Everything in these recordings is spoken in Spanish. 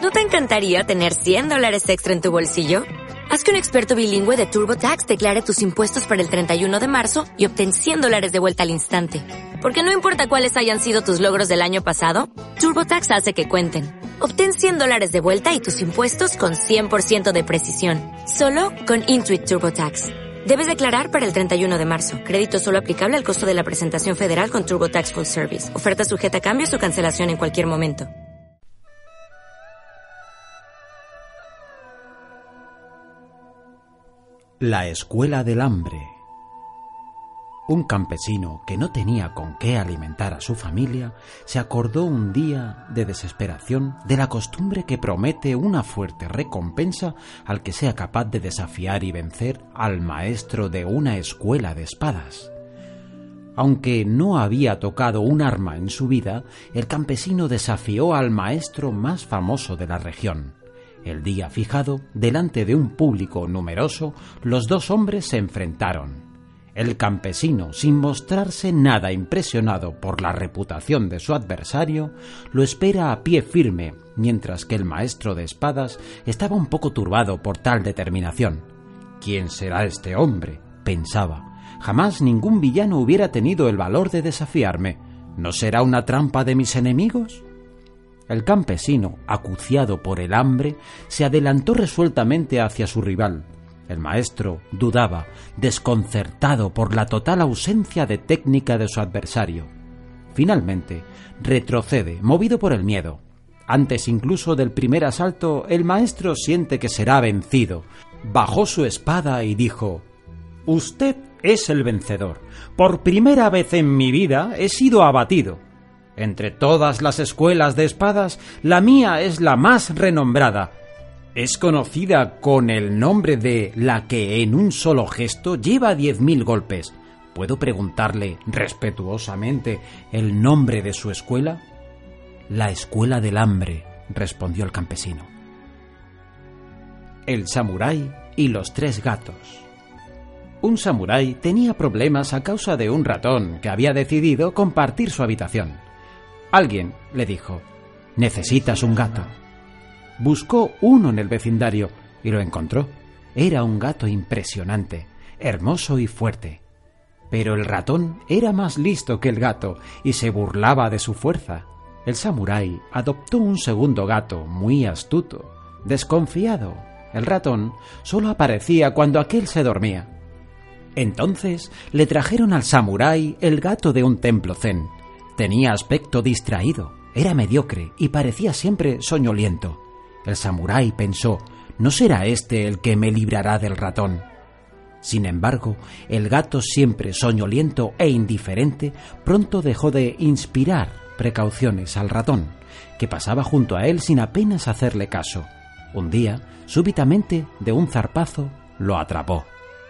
¿No te encantaría tener $100 extra en tu bolsillo? Haz que un experto bilingüe de TurboTax declare tus impuestos para el 31 de marzo y obtén $100 de vuelta al instante. Porque no importa cuáles hayan sido tus logros del año pasado, TurboTax hace que cuenten. Obtén $100 de vuelta y tus impuestos con 100% de precisión. Solo con Intuit TurboTax. Debes declarar para el 31 de marzo. Crédito solo aplicable al costo de la presentación federal con TurboTax Full Service. Oferta sujeta a cambios o cancelación en cualquier momento. La escuela del hambre. Un campesino que no tenía con qué alimentar a su familia se acordó un día de desesperación de la costumbre que promete una fuerte recompensa al que sea capaz de desafiar y vencer al maestro de una escuela de espadas. Aunque no había tocado un arma en su vida, el campesino desafió al maestro más famoso de la región. El día fijado, delante de un público numeroso, los dos hombres se enfrentaron. El campesino, sin mostrarse nada impresionado por la reputación de su adversario, lo espera a pie firme, mientras que el maestro de espadas estaba un poco turbado por tal determinación. ¿Quién será este hombre?, pensaba. Jamás ningún villano hubiera tenido el valor de desafiarme. ¿No será una trampa de mis enemigos? El campesino, acuciado por el hambre, se adelantó resueltamente hacia su rival. El maestro dudaba, desconcertado por la total ausencia de técnica de su adversario. Finalmente, retrocede, movido por el miedo. Antes incluso del primer asalto, el maestro siente que será vencido. Bajó su espada y dijo: «Usted es el vencedor. Por primera vez en mi vida he sido abatido. Entre todas las escuelas de espadas, la mía es la más renombrada. Es conocida con el nombre de la que en un solo gesto lleva 10.000 golpes. ¿Puedo preguntarle respetuosamente el nombre de su escuela?» «La escuela del hambre», respondió el campesino. El samurái y los 3 gatos. Un samurái tenía problemas a causa de un ratón que había decidido compartir su habitación. Alguien le dijo: «¿Necesitas un gato?». Buscó uno en el vecindario y lo encontró. Era un gato impresionante, hermoso y fuerte. Pero el ratón era más listo que el gato y se burlaba de su fuerza. El samurái adoptó un segundo gato muy astuto. Desconfiado, el ratón solo aparecía cuando aquél se dormía. Entonces le trajeron al samurái el gato de un templo zen. Tenía aspecto distraído, era mediocre y parecía siempre soñoliento. El samurái pensó: «¿No será este el que me librará del ratón?». Sin embargo, el gato, siempre soñoliento e indiferente, pronto dejó de inspirar precauciones al ratón, que pasaba junto a él sin apenas hacerle caso. Un día, súbitamente, de un zarpazo, lo atrapó.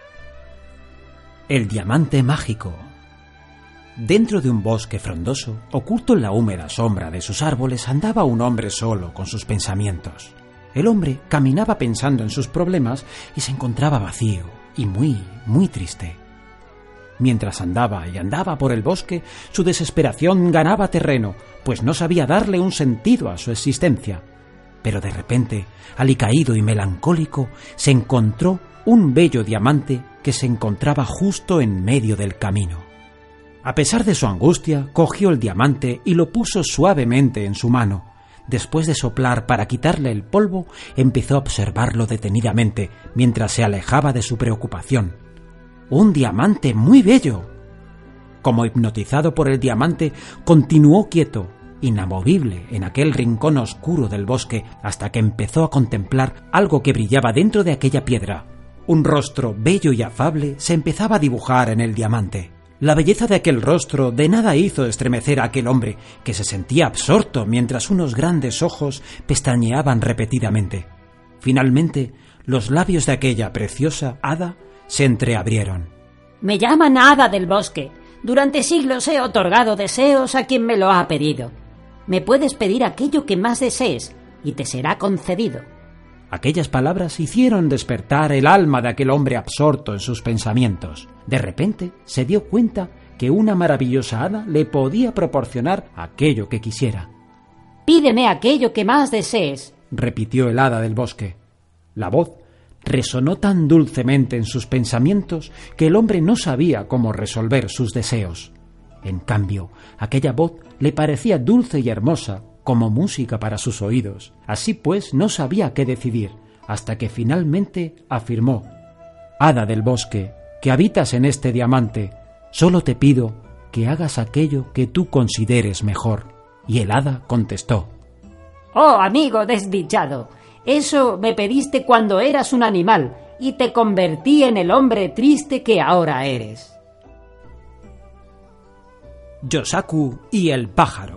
El diamante mágico. Dentro de un bosque frondoso, oculto en la húmeda sombra de sus árboles, andaba un hombre solo con sus pensamientos. El hombre caminaba pensando en sus problemas y se encontraba vacío y muy triste. Mientras andaba y andaba por el bosque, su desesperación ganaba terreno, pues no sabía darle un sentido a su existencia. Pero de repente, alicaído y melancólico, se encontró un bello diamante que se encontraba justo en medio del camino. A pesar de su angustia, cogió el diamante y lo puso suavemente en su mano. Después de soplar para quitarle el polvo, empezó a observarlo detenidamente mientras se alejaba de su preocupación. ¡Un diamante muy bello! Como hipnotizado por el diamante, continuó quieto, inamovible en aquel rincón oscuro del bosque, hasta que empezó a contemplar algo que brillaba dentro de aquella piedra. Un rostro bello y afable se empezaba a dibujar en el diamante. La belleza de aquel rostro de nada hizo estremecer a aquel hombre, que se sentía absorto mientras unos grandes ojos pestañeaban repetidamente. Finalmente, los labios de aquella preciosa hada se entreabrieron. «Me llaman Hada del Bosque. Durante siglos he otorgado deseos a quien me lo ha pedido. Me puedes pedir aquello que más desees y te será concedido». Aquellas palabras hicieron despertar el alma de aquel hombre absorto en sus pensamientos. De repente se dio cuenta que una maravillosa hada le podía proporcionar aquello que quisiera. «Pídeme aquello que más desees repitió el hada del bosque. La voz resonó tan dulcemente en sus pensamientos que el hombre no sabía cómo resolver sus deseos. En cambio, aquella voz le parecía dulce y hermosa como música para sus oídos. Así pues, no sabía qué decidir, hasta que finalmente afirmó: «Hada del bosque, que habitas en este diamante, solo te pido que hagas aquello que tú consideres mejor». Y el hada contestó: «Oh, amigo desdichado, eso me pediste cuando eras un animal y te convertí en el hombre triste que ahora eres». Yosaku y el pájaro.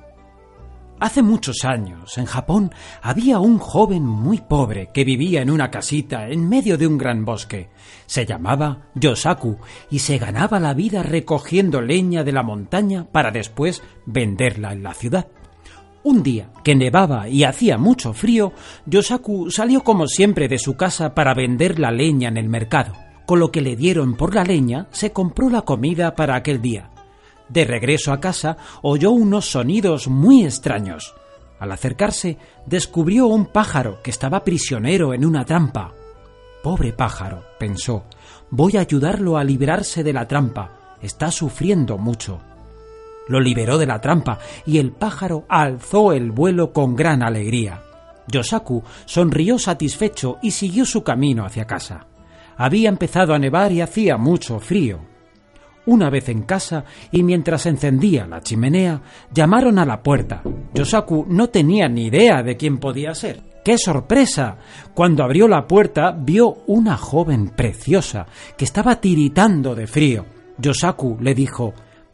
Hace muchos años, en Japón, había un joven muy pobre que vivía en una casita en medio de un gran bosque. Se llamaba Yosaku y se ganaba la vida recogiendo leña de la montaña para después venderla en la ciudad. Un día, que nevaba y hacía mucho frío, Yosaku salió como siempre de su casa para vender la leña en el mercado. Con lo que le dieron por la leña, se compró la comida para aquel día. De regreso a casa, oyó unos sonidos muy extraños. Al acercarse, descubrió un pájaro que estaba prisionero en una trampa. «Pobre pájaro», pensó, «voy a ayudarlo a liberarse de la trampa. Está sufriendo mucho». Lo liberó de la trampa y el pájaro alzó el vuelo con gran alegría. Yosaku sonrió satisfecho y siguió su camino hacia casa. Había empezado a nevar y hacía mucho frío. Una vez en casa, y mientras encendía la chimenea, llamaron a la puerta. Yosaku no tenía ni idea de quién podía ser. ¡Qué sorpresa! Cuando abrió la puerta, vio una joven preciosa que estaba tiritando de frío. Yosaku le dijo: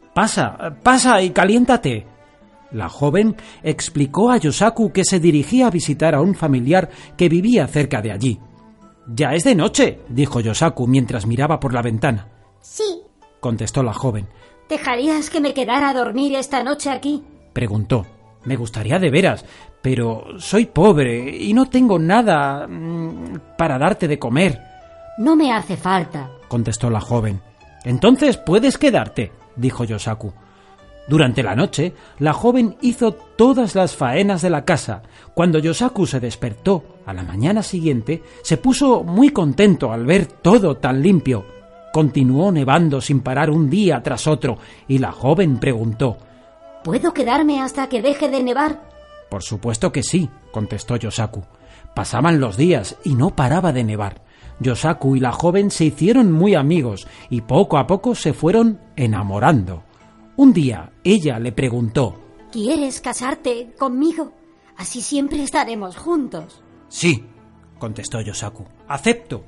«Pasa y caliéntate». La joven explicó a Yosaku que se dirigía a visitar a un familiar que vivía cerca de allí. «Ya es de noche», dijo Yosaku mientras miraba por la ventana. «Sí», contestó la joven. «¿Dejarías que me quedara a dormir esta noche aquí?», preguntó. «Me gustaría de veras, pero soy pobre y no tengo nada para darte de comer». «No me hace falta», contestó la joven. «Entonces puedes quedarte», dijo Yosaku. Durante la noche, la joven hizo todas las faenas de la casa. Cuando Yosaku se despertó a la mañana siguiente, se puso muy contento al ver todo tan limpio. Continuó nevando sin parar un día tras otro, y la joven preguntó: «¿Puedo quedarme hasta que deje de nevar?». «Por supuesto que sí», contestó Yosaku. Pasaban los días y no paraba de nevar. Yosaku y la joven se hicieron muy amigos y poco a poco se fueron enamorando. Un día ella le preguntó: «¿Quieres casarte conmigo? Así siempre estaremos juntos». «Sí», contestó Yosaku. «Acepto».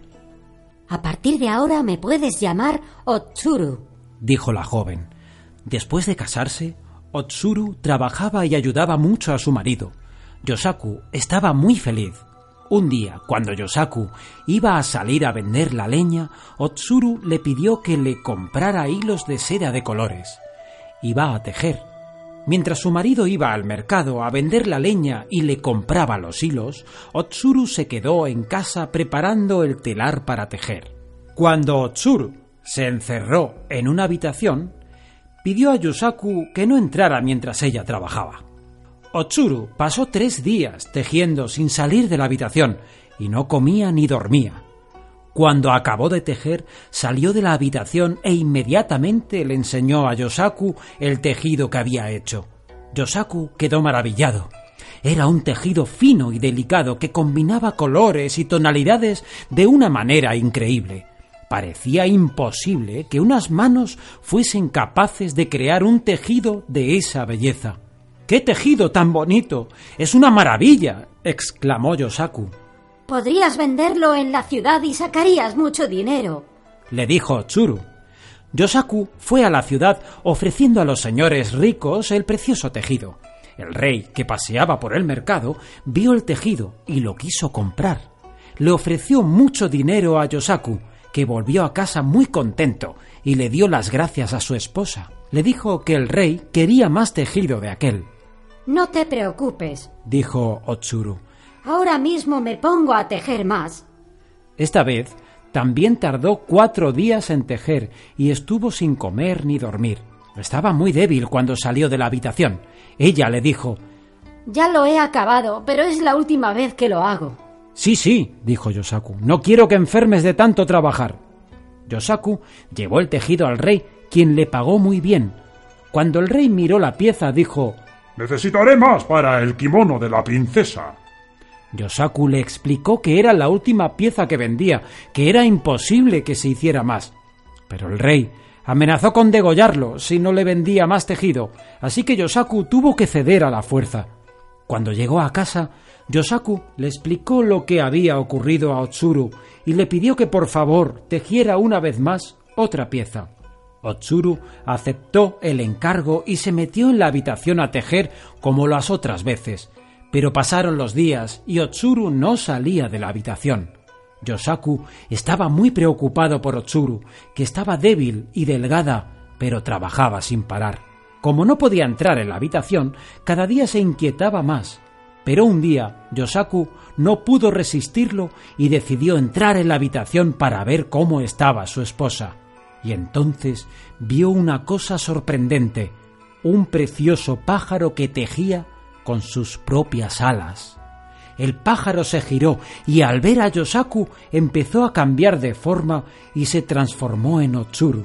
«A partir de ahora me puedes llamar Otsuru», dijo la joven. Después de casarse, Otsuru trabajaba y ayudaba mucho a su marido. Yosaku estaba muy feliz. Un día, cuando Yosaku iba a salir a vender la leña, Otsuru le pidió que le comprara hilos de seda de colores. Iba a tejer. Mientras su marido iba al mercado a vender la leña y le compraba los hilos, Otsuru se quedó en casa preparando el telar para tejer. Cuando Otsuru se encerró en una habitación, pidió a Yosaku que no entrara mientras ella trabajaba. Otsuru pasó 3 días tejiendo sin salir de la habitación y no comía ni dormía. Cuando acabó de tejer, salió de la habitación e inmediatamente le enseñó a Yosaku el tejido que había hecho. Yosaku quedó maravillado. Era un tejido fino y delicado que combinaba colores y tonalidades de una manera increíble. Parecía imposible que unas manos fuesen capaces de crear un tejido de esa belleza. «¡Qué tejido tan bonito! ¡Es una maravilla!», exclamó Yosaku. «Podrías venderlo en la ciudad y sacarías mucho dinero», le dijo Otsuru. Yosaku fue a la ciudad ofreciendo a los señores ricos el precioso tejido. El rey, que paseaba por el mercado, vio el tejido y lo quiso comprar. Le ofreció mucho dinero a Yosaku, que volvió a casa muy contento y le dio las gracias a su esposa. Le dijo que el rey quería más tejido de aquel. «No te preocupes», dijo Otsuru. «Ahora mismo me pongo a tejer más». Esta vez también tardó 4 días en tejer y estuvo sin comer ni dormir. Estaba muy débil cuando salió de la habitación. Ella le dijo: Ya lo he acabado, pero es la última vez que lo hago. Sí, dijo Yosaku, no quiero que enfermes de tanto trabajar. Yosaku llevó el tejido al rey, quien le pagó muy bien. Cuando el rey miró la pieza, dijo: «Necesitaré más para el kimono de la princesa». Yosaku le explicó que era la última pieza que vendía, que era imposible que se hiciera más. Pero el rey amenazó con degollarlo si no le vendía más tejido, así que Yosaku tuvo que ceder a la fuerza. Cuando llegó a casa, Yosaku le explicó lo que había ocurrido a Otsuru y le pidió que por favor tejiera una vez más otra pieza. Otsuru aceptó el encargo y se metió en la habitación a tejer como las otras veces, pero pasaron los días y Otsuru no salía de la habitación. Yosaku estaba muy preocupado por Otsuru, que estaba débil y delgada, pero trabajaba sin parar. Como no podía entrar en la habitación, cada día se inquietaba más. Pero un día Yosaku no pudo resistirlo y decidió entrar en la habitación para ver cómo estaba su esposa. Y entonces vio una cosa sorprendente, un precioso pájaro que tejía con sus propias alas. El pájaro se giró y al ver a Yosaku empezó a cambiar de forma y se transformó en Otsuru.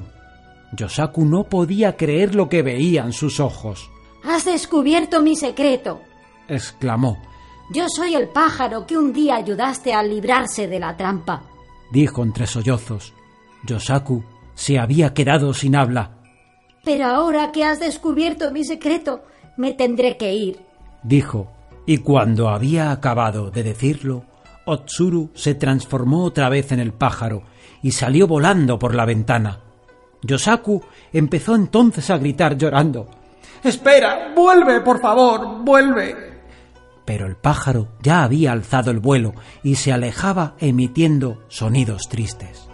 Yosaku no podía creer lo que veían sus ojos. «¡Has descubierto mi secreto!», exclamó. «Yo soy el pájaro que un día ayudaste a librarse de la trampa», dijo entre sollozos. Yosaku se había quedado sin habla. «Pero ahora que has descubierto mi secreto, me tendré que ir», dijo, y cuando había acabado de decirlo, Otsuru se transformó otra vez en el pájaro y salió volando por la ventana. Yosaku empezó entonces a gritar llorando: «¡Espera! ¡Vuelve, por favor! ¡Vuelve!». Pero el pájaro ya había alzado el vuelo y se alejaba emitiendo sonidos tristes.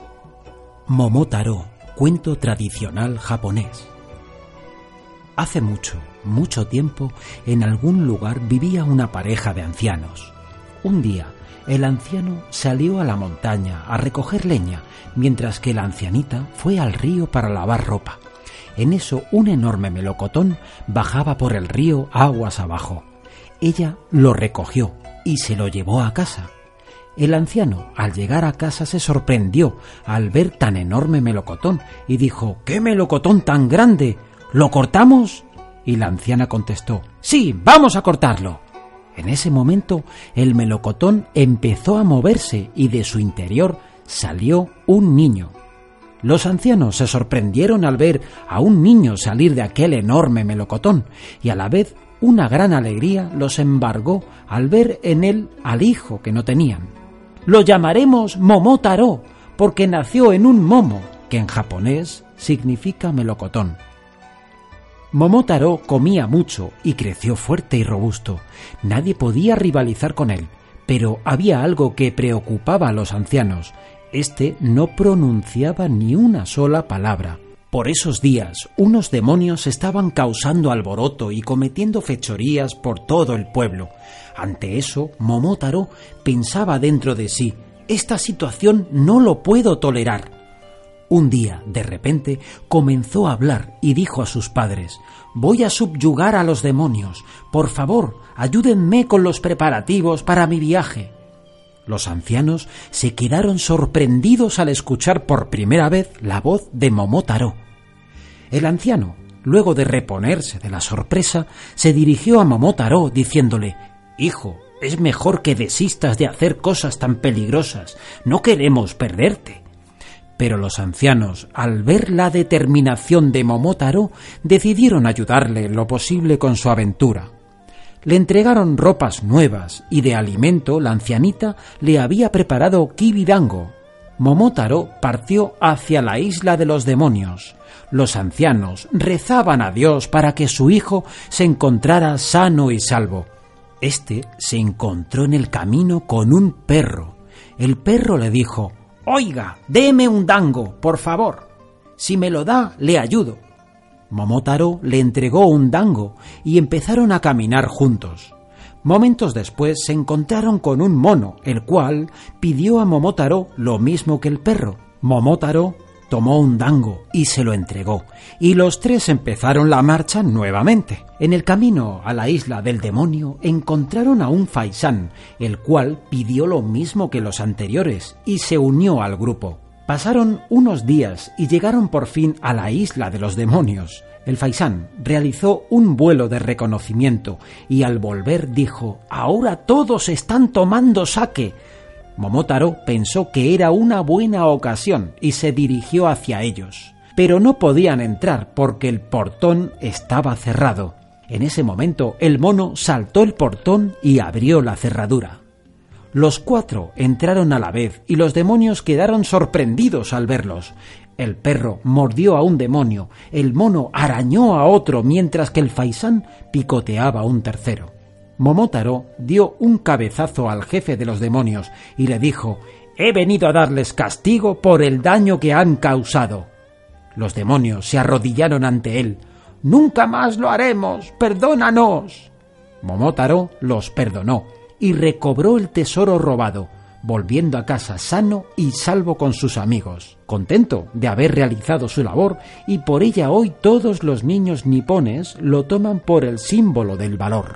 Momotaro, cuento tradicional japonés. Hace mucho tiempo, en algún lugar vivía una pareja de ancianos. Un día, el anciano salió a la montaña a recoger leña, mientras que la ancianita fue al río para lavar ropa. En eso, un enorme melocotón bajaba por el río aguas abajo. Ella lo recogió y se lo llevó a casa. El anciano, al llegar a casa, se sorprendió al ver tan enorme melocotón y dijo: «¡Qué melocotón tan grande! ¿Lo cortamos?». Y la anciana contestó: «Sí, vamos a cortarlo». En ese momento, el melocotón empezó a moverse y de su interior salió un niño. Los ancianos se sorprendieron al ver a un niño salir de aquel enorme melocotón y a la vez una gran alegría los embargó al ver en él al hijo que no tenían. «Lo llamaremos Momotaro, porque nació en un momo», que en japonés significa melocotón. Momotaro comía mucho y creció fuerte y robusto. Nadie podía rivalizar con él, pero había algo que preocupaba a los ancianos. Este no pronunciaba ni una sola palabra. Por esos días, unos demonios estaban causando alboroto y cometiendo fechorías por todo el pueblo. Ante eso, Momotaro pensaba dentro de sí: «Esta situación no lo puedo tolerar». Un día, de repente, comenzó a hablar y dijo a sus padres: «Voy a subyugar a los demonios. Por favor, ayúdenme con los preparativos para mi viaje». Los ancianos se quedaron sorprendidos al escuchar por primera vez la voz de Momotaro. El anciano, luego de reponerse de la sorpresa, se dirigió a Momotaro diciéndole: «Hijo, es mejor que desistas de hacer cosas tan peligrosas. No queremos perderte». Pero los ancianos, al ver la determinación de Momotaro, decidieron ayudarle en lo posible con su aventura. Le entregaron ropas nuevas y de alimento la ancianita le había preparado kibidango. Momotaro partió hacia la isla de los demonios. Los ancianos rezaban a Dios para que su hijo se encontrara sano y salvo. Este se encontró en el camino con un perro. El perro le dijo: «Oiga, deme un dango, por favor. Si me lo da, le ayudo». Momotaro le entregó un dango y empezaron a caminar juntos. Momentos después se encontraron con un mono, el cual pidió a Momotaro lo mismo que el perro. Momotaro tomó un dango y se lo entregó, y los tres empezaron la marcha nuevamente. En el camino a la isla del demonio encontraron a un faisán, el cual pidió lo mismo que los anteriores y se unió al grupo. Pasaron unos días y llegaron por fin a la isla de los demonios. El faisán realizó un vuelo de reconocimiento y al volver dijo: «Ahora todos están tomando sake». Momotaro pensó que era una buena ocasión y se dirigió hacia ellos. Pero no podían entrar porque el portón estaba cerrado. En ese momento el mono saltó el portón y abrió la cerradura. Los cuatro entraron a la vez y los demonios quedaron sorprendidos al verlos. El perro mordió a un demonio, el mono arañó a otro mientras que el faisán picoteaba a un tercero. Momotaro dio un cabezazo al jefe de los demonios y le dijo: «He venido a darles castigo por el daño que han causado». Los demonios se arrodillaron ante él. «¡Nunca más lo haremos! ¡Perdónanos!». Momotaro los perdonó y recobró el tesoro robado, volviendo a casa sano y salvo con sus amigos, contento de haber realizado su labor, y por ella hoy todos los niños nipones lo toman por el símbolo del valor.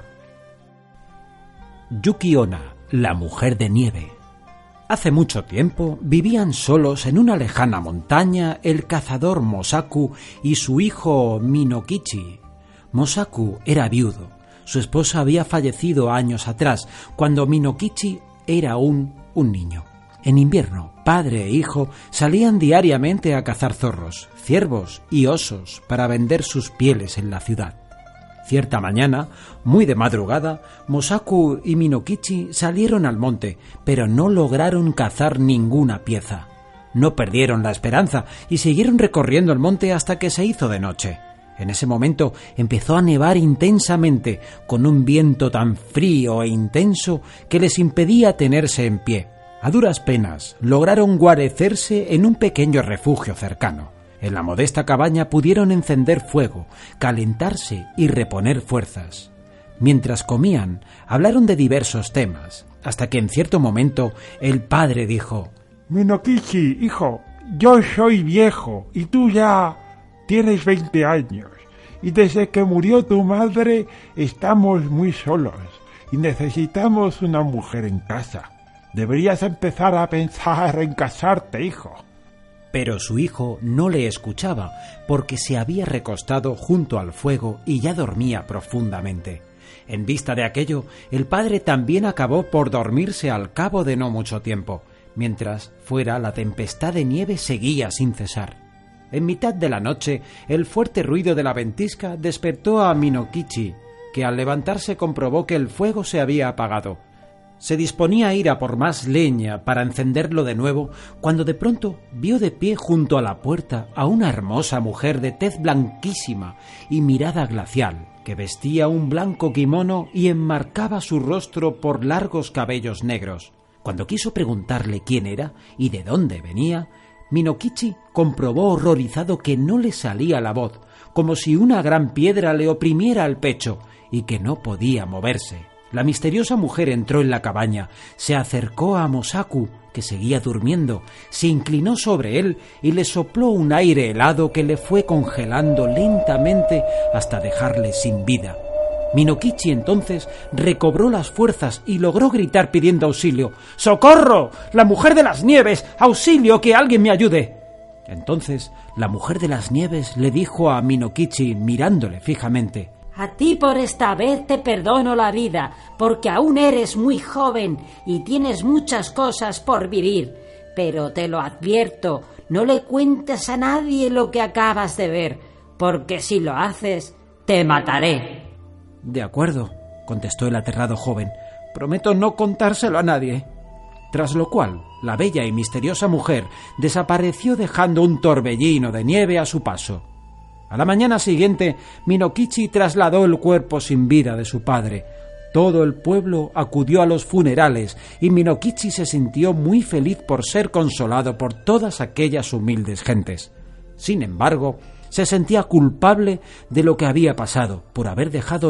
Yuki Onna, la mujer de nieve. Hace mucho tiempo vivían solos en una lejana montaña el cazador Mosaku y su hijo Minokichi. Mosaku era viudo. Su esposa había fallecido años atrás, cuando Minokichi era aún un niño. En invierno, padre e hijo salían diariamente a cazar zorros, ciervos y osos para vender sus pieles en la ciudad. Cierta mañana, muy de madrugada, Mosaku y Minokichi salieron al monte, pero no lograron cazar ninguna pieza. No perdieron la esperanza y siguieron recorriendo el monte hasta que se hizo de noche. En ese momento empezó a nevar intensamente, con un viento tan frío e intenso que les impedía tenerse en pie. A duras penas lograron guarecerse en un pequeño refugio cercano. En la modesta cabaña pudieron encender fuego, calentarse y reponer fuerzas. Mientras comían, hablaron de diversos temas, hasta que en cierto momento el padre dijo: «Minokichi, hijo, yo soy viejo y tú ya tienes 20 años, y desde que murió tu madre estamos muy solos y necesitamos una mujer en casa. Deberías empezar a pensar en casarte, hijo». Pero su hijo no le escuchaba porque se había recostado junto al fuego y ya dormía profundamente. En vista de aquello, el padre también acabó por dormirse al cabo de no mucho tiempo, mientras fuera la tempestad de nieve seguía sin cesar. En mitad de la noche, el fuerte ruido de la ventisca despertó a Minokichi, que al levantarse comprobó que el fuego se había apagado. Se disponía a ir a por más leña para encenderlo de nuevo, cuando de pronto vio de pie junto a la puerta a una hermosa mujer de tez blanquísima y mirada glacial, que vestía un blanco kimono y enmarcaba su rostro por largos cabellos negros. Cuando quiso preguntarle quién era y de dónde venía, Minokichi comprobó horrorizado que no le salía la voz, como si una gran piedra le oprimiera el pecho, y que no podía moverse. La misteriosa mujer entró en la cabaña, se acercó a Mosaku, que seguía durmiendo, se inclinó sobre él y le sopló un aire helado que le fue congelando lentamente hasta dejarle sin vida. Minokichi entonces recobró las fuerzas y logró gritar pidiendo auxilio: «¡Socorro! ¡La mujer de las nieves! ¡Auxilio! ¡Que alguien me ayude!». Entonces la mujer de las nieves le dijo a Minokichi mirándole fijamente: «A ti por esta vez te perdono la vida, porque aún eres muy joven y tienes muchas cosas por vivir. Pero te lo advierto, no le cuentes a nadie lo que acabas de ver, porque si lo haces, te mataré». «De acuerdo», contestó el aterrado joven, «prometo no contárselo a nadie». Tras lo cual, la bella y misteriosa mujer desapareció dejando un torbellino de nieve a su paso. A la mañana siguiente, Minokichi trasladó el cuerpo sin vida de su padre. Todo el pueblo acudió a los funerales y Minokichi se sintió muy feliz por ser consolado por todas aquellas humildes gentes. Sin embargo, se sentía culpable de lo que había pasado, por haber dejado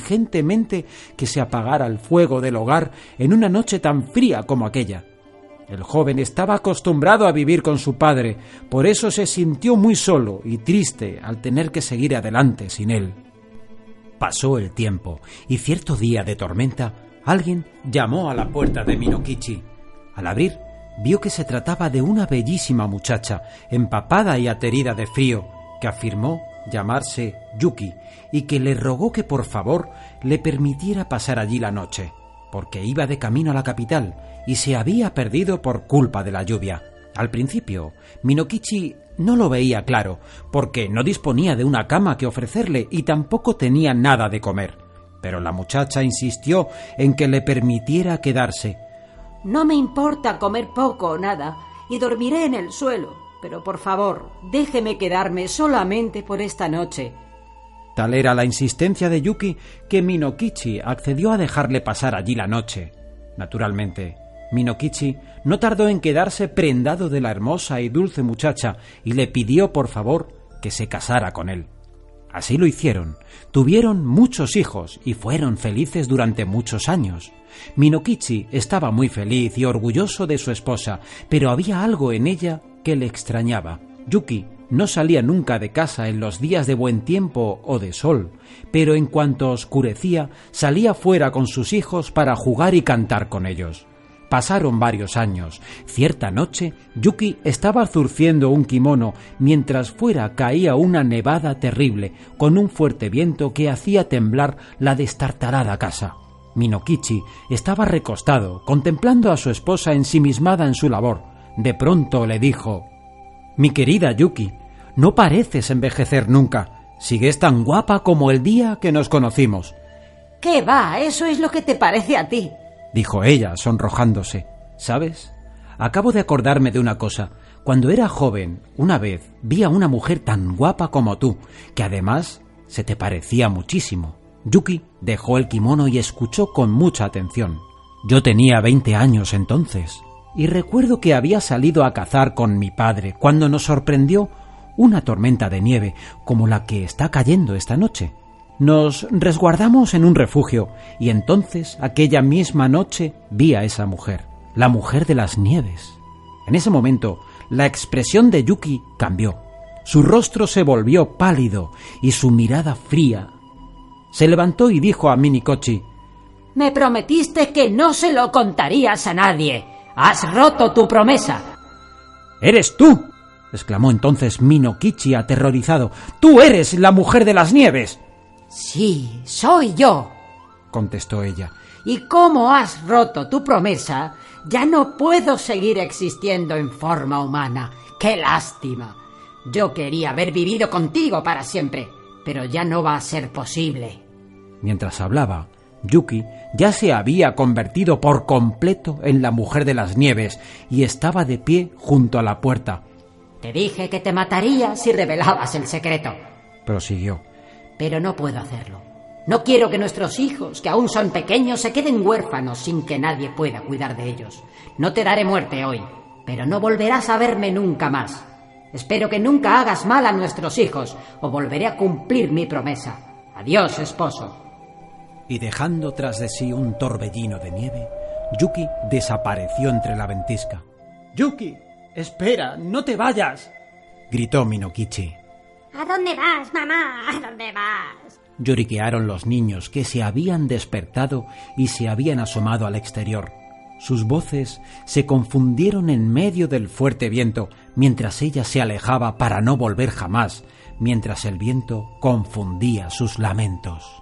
negligentemente que se apagara el fuego del hogar en una noche tan fría como aquella. El joven estaba acostumbrado a vivir con su padre, por eso se sintió muy solo y triste al tener que seguir adelante sin él. Pasó el tiempo y cierto día de tormenta, alguien llamó a la puerta de Minokichi. Al abrir, vio que se trataba de una bellísima muchacha, empapada y aterida de frío, que afirmó llamarse Yuki y que le rogó que por favor le permitiera pasar allí la noche, porque iba de camino a la capital y se había perdido por culpa de la lluvia. Al principio, Minokichi no lo veía claro, porque no disponía de una cama que ofrecerle y tampoco tenía nada de comer. Pero la muchacha insistió en que le permitiera quedarse. No me importa comer poco o nada, y dormiré en el suelo, pero por favor, déjeme quedarme solamente por esta noche. Tal era la insistencia de Yuki que Minokichi accedió a dejarle pasar allí la noche. Naturalmente, Minokichi no tardó en quedarse prendado de la hermosa y dulce muchacha y le pidió por favor que se casara con él. Así lo hicieron, tuvieron muchos hijos y fueron felices durante muchos años. Minokichi estaba muy feliz y orgulloso de su esposa, pero había algo en ella que le extrañaba. Yuki no salía nunca de casa en los días de buen tiempo o de sol, pero en cuanto oscurecía salía fuera con sus hijos para jugar y cantar con ellos. Pasaron varios años. Cierta noche, Yuki estaba zurciendo un kimono mientras fuera caía una nevada terrible, con un fuerte viento que hacía temblar la destartalada casa. Minokichi estaba recostado, contemplando a su esposa ensimismada en su labor. De pronto le dijo: «Mi querida Yuki, no pareces envejecer nunca. Sigues tan guapa como el día que nos conocimos». «¿Qué va? Eso es lo que te parece a ti», dijo ella, sonrojándose. «¿Sabes? Acabo de acordarme de una cosa. Cuando era joven, una vez vi a una mujer tan guapa como tú, que además se te parecía muchísimo». Yuki dejó el kimono y escuchó con mucha atención. «Yo tenía 20 años entonces, y recuerdo que había salido a cazar con mi padre cuando nos sorprendió una tormenta de nieve como la que está cayendo esta noche. Nos resguardamos en un refugio y entonces aquella misma noche vi a esa mujer, la mujer de las nieves». En ese momento la expresión de Yuki cambió. Su rostro se volvió pálido y su mirada fría. Se levantó y dijo a Minokichi: «Me prometiste que no se lo contarías a nadie. Has roto tu promesa». «¡Eres tú!», exclamó entonces Minokichi aterrorizado. «¡Tú eres la mujer de las nieves!». «Sí, soy yo», contestó ella. «Y como has roto tu promesa, ya no puedo seguir existiendo en forma humana. ¡Qué lástima! Yo quería haber vivido contigo para siempre, pero ya no va a ser posible». Mientras hablaba, Yuki ya se había convertido por completo en la mujer de las nieves y estaba de pie junto a la puerta. «Te dije que te mataría si revelabas el secreto», prosiguió. «pero no puedo hacerlo. No quiero que nuestros hijos, que aún son pequeños, se queden huérfanos sin que nadie pueda cuidar de ellos. No te daré muerte hoy, pero no volverás a verme nunca más. Espero que nunca hagas mal a nuestros hijos o volveré a cumplir mi promesa. Adiós, esposo». Y dejando tras de sí un torbellino de nieve, Yuki desapareció entre la ventisca. «¡Yuki! ¡Espera! ¡No te vayas!», gritó Minokichi. ¿A dónde vas, mamá? ¿A dónde vas? Lloriquearon los niños que se habían despertado y se habían asomado al exterior. Sus voces se confundieron en medio del fuerte viento, mientras ella se alejaba para no volver jamás, mientras el viento confundía sus lamentos.